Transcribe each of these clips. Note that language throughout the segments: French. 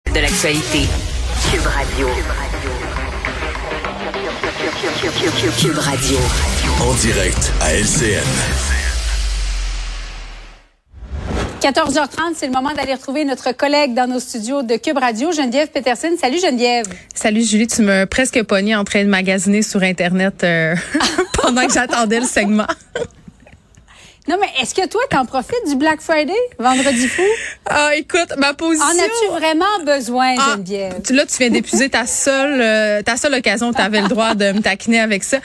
de l'actualité. Cube Radio. Cube Radio. En direct à LCN. 14h30, c'est le moment d'aller retrouver notre collègue dans nos studios de Cube Radio, Geneviève Peterson. Salut Geneviève. Salut Julie, tu m'as presque pognée en train de magasiner sur Internet pendant que j'attendais le segment. Non, mais est-ce que toi, t'en profites du Black Friday, vendredi fou? Ah, écoute, ma position... En as-tu vraiment besoin, Geneviève? Là, tu viens d'épuiser ta seule occasion où tu avais le droit de me taquiner avec ça.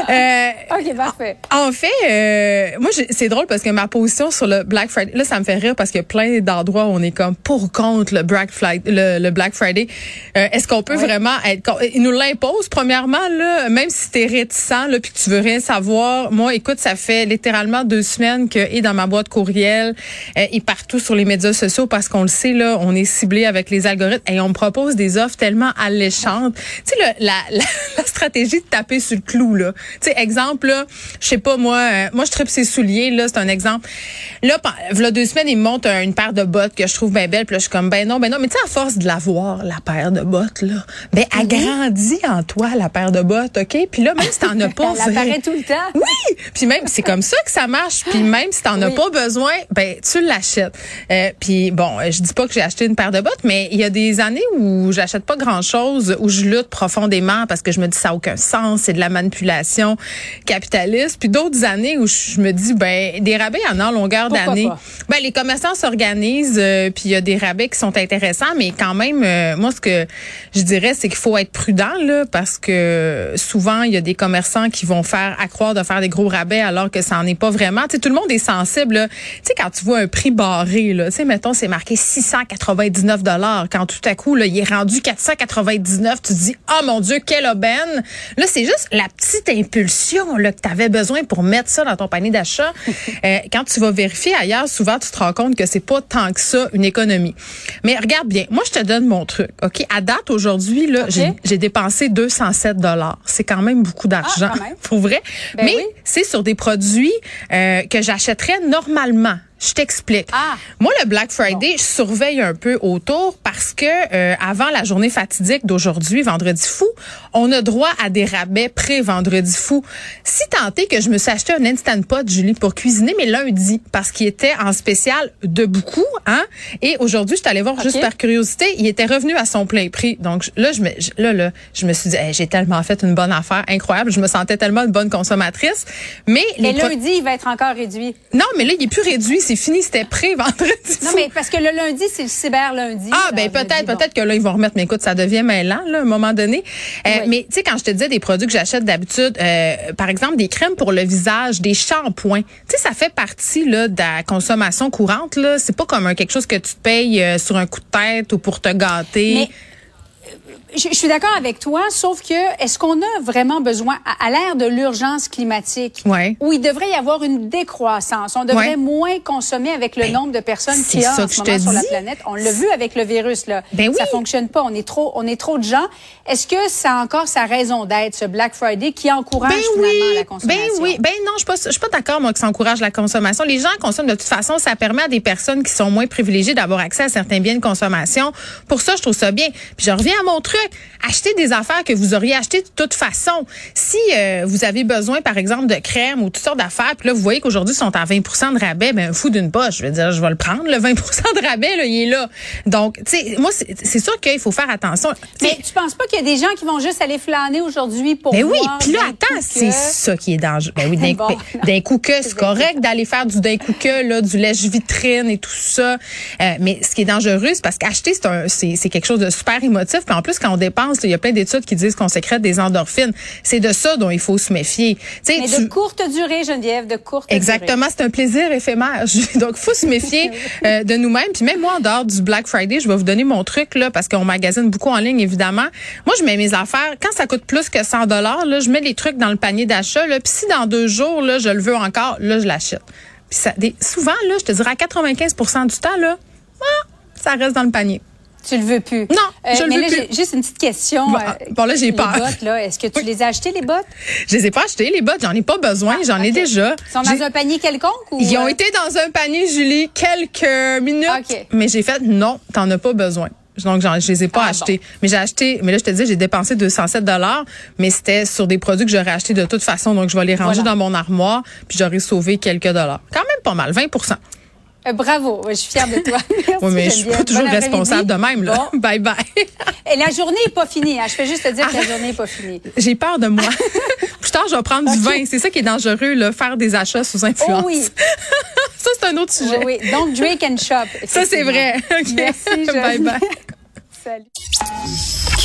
OK, parfait. En fait, moi, c'est drôle parce que ma position sur le Black Friday, là, ça me fait rire parce qu'il y a plein d'endroits où on est comme pour contre le Black Friday. Est-ce qu'on peut vraiment être contre? Il nous l'impose, premièrement, là, même si t'es réticent, là, puis que tu veux rien savoir. Moi, écoute, ça fait littéralement 2 semaines que et dans ma boîte courriel et partout sur les médias sociaux parce qu'on le sait là, on est ciblé avec les algorithmes et on me propose des offres tellement alléchantes. Tu sais la stratégie de taper sur le clou là. Tu sais exemple là, je sais pas moi je tripe ses souliers là, c'est un exemple. Là v'là 2 semaines, il me montre une paire de bottes que je trouve bien belle, puis là je suis comme ben non, mais tu sais à force de la voir la paire de bottes là, ben agrandis en toi la paire de bottes, OK? Puis là même si t'en as pas, elle apparaît tout le temps. Oui, puis même c'est comme ça que ça marche. Puis même si t'en as pas besoin, ben tu l'achètes. Puis bon, je dis pas que j'ai acheté une paire de bottes, mais il y a des années où j'achète pas grand-chose, où je lutte profondément parce que je me dis ça a aucun sens, c'est de la manipulation capitaliste. Puis d'autres années où je me dis ben des rabais en longueur d'année. Ben les commerçants s'organisent, puis il y a des rabais qui sont intéressants, mais quand même moi ce que je dirais c'est qu'il faut être prudent là parce que souvent il y a des commerçants qui vont faire accroire de faire des gros rabais alors que ça en est pas vraiment. Tu sais, tout le monde est sensible là. Tu sais quand tu vois un prix barré là, tu sais mettons c'est marqué 699 $, quand tout à coup là il est rendu 499, tu te dis "Oh mon Dieu, quelle aubaine." Là, c'est juste la petite impulsion là que tu avais besoin pour mettre ça dans ton panier d'achat. Quand tu vas vérifier ailleurs, souvent tu te rends compte que c'est pas tant que ça une économie. Mais regarde bien, moi je te donne mon truc. OK, à date aujourd'hui là, j'ai dépensé 207 $. C'est quand même beaucoup d'argent. Pour vrai. Ben mais oui. c'est sur des produits que j'achèterais normalement. Je t'explique. Moi, le Black Friday, je surveille un peu autour parce que avant la journée fatidique d'aujourd'hui, Vendredi fou, on a droit à des rabais pré-Vendredi fou. Si tant est que je me suis acheté un Instant Pot, Julie, pour cuisiner, mais lundi, parce qu'il était en spécial de beaucoup, hein. Et aujourd'hui, je suis allée voir juste par curiosité, il était revenu à son plein prix. Donc là, je me suis dit, hey, j'ai tellement fait une bonne affaire, incroyable. Je me sentais tellement une bonne consommatrice. Mais lundi, il va être encore réduit. Non, mais là, il est plus réduit. C'est fini, c'était pré-vendredi. Non, mais parce que le lundi, c'est le cyber-lundi. Ben peut-être que là, ils vont remettre. Mais écoute, ça devient mêlant, là, à un moment donné. Mais tu sais, quand je te disais des produits que j'achète d'habitude, par exemple, des crèmes pour le visage, des shampoings, tu sais, ça fait partie là de la consommation courante. Là, c'est pas comme quelque chose que tu te payes sur un coup de tête ou pour te gâter. Mais je suis d'accord avec toi, sauf que est-ce qu'on a vraiment besoin, à l'ère de l'urgence climatique, où il devrait y avoir une décroissance, on devrait moins consommer avec le nombre de personnes qu'il y a en ce moment sur la planète. On l'a vu avec le virus, là. Ça fonctionne pas. On est trop de gens. Est-ce que ça a encore sa raison d'être, ce Black Friday, qui encourage finalement la consommation? Non, je suis pas d'accord, moi, que ça encourage la consommation. Les gens consomment de toute façon. Ça permet à des personnes qui sont moins privilégiées d'avoir accès à certains biens de consommation. Pour ça, je trouve ça bien. Puis je reviens à mon truc. Achetez des affaires que vous auriez achetées de toute façon. Si vous avez besoin, par exemple, de crème ou toutes sortes d'affaires, puis là, vous voyez qu'aujourd'hui, ils sont à 20 % de rabais, ben, un fou d'une poche. Je veux dire, je vais le prendre, le 20 % de rabais, là, il est là. Donc, tu sais, moi, c'est sûr qu'il faut faire attention. Mais tu penses pas qu'il y a des gens qui vont juste aller flâner aujourd'hui pour voir? Oui, puis là, attends, c'est ça qui est dangereux. Ben oui, d'un coup que c'est correct d'aller faire d'un coup que, là, du lèche-vitrine et tout ça. Mais ce qui est dangereux, c'est parce qu'acheter, c'est quelque chose de super émotif. Puis en plus, quand on dépense, il y a plein d'études qui disent qu'on sécrète des endorphines. C'est de ça dont il faut se méfier. Mais de courte durée, Geneviève, de courte durée. Exactement, c'est un plaisir éphémère. Donc, faut se méfier de nous-mêmes. Puis même moi, en dehors du Black Friday, je vais vous donner mon truc, là, parce qu'on magasine beaucoup en ligne, évidemment. Moi, je mets mes affaires. Quand ça coûte plus que 100 $, là, je mets les trucs dans le panier d'achat. Puis si dans 2 jours, là, je le veux encore, là, je l'achète. Puis souvent, là, je te dirais à 95 % du temps, là, ça reste dans le panier. Tu le veux plus? Non, je le veux plus. J'ai juste une petite question. Bon, là, j'ai peur. Les bottes, là, est-ce que tu les as achetées, les bottes? Je les ai pas achetées, les bottes. J'en ai pas besoin. J'en ai déjà. Ils sont dans un panier quelconque ou? Ils ont été dans un panier, Julie, quelques minutes. Mais j'ai fait, non, t'en as pas besoin. Donc, je les ai pas achetés. Bon. Mais mais là, je te dis, j'ai dépensé 207 $, mais c'était sur des produits que j'aurais achetés de toute façon. Donc, je vais les ranger dans mon armoire, puis j'aurais sauvé quelques dollars. Quand même pas mal, 20%. Bravo, je suis fière de toi. Merci, oui, mais je suis pas toujours responsable de même, là. Bon. Bye bye. Et la journée est pas finie, hein. Je fais juste te dire que la journée est pas finie. J'ai peur de moi. Plus tard, je vais prendre du vin. C'est ça qui est dangereux, là, faire des achats sous influence. Oh oui. Ça, c'est un autre sujet. Oui, donc drink and shop. Ça, c'est vrai. Okay. Merci, bye bye. Salut.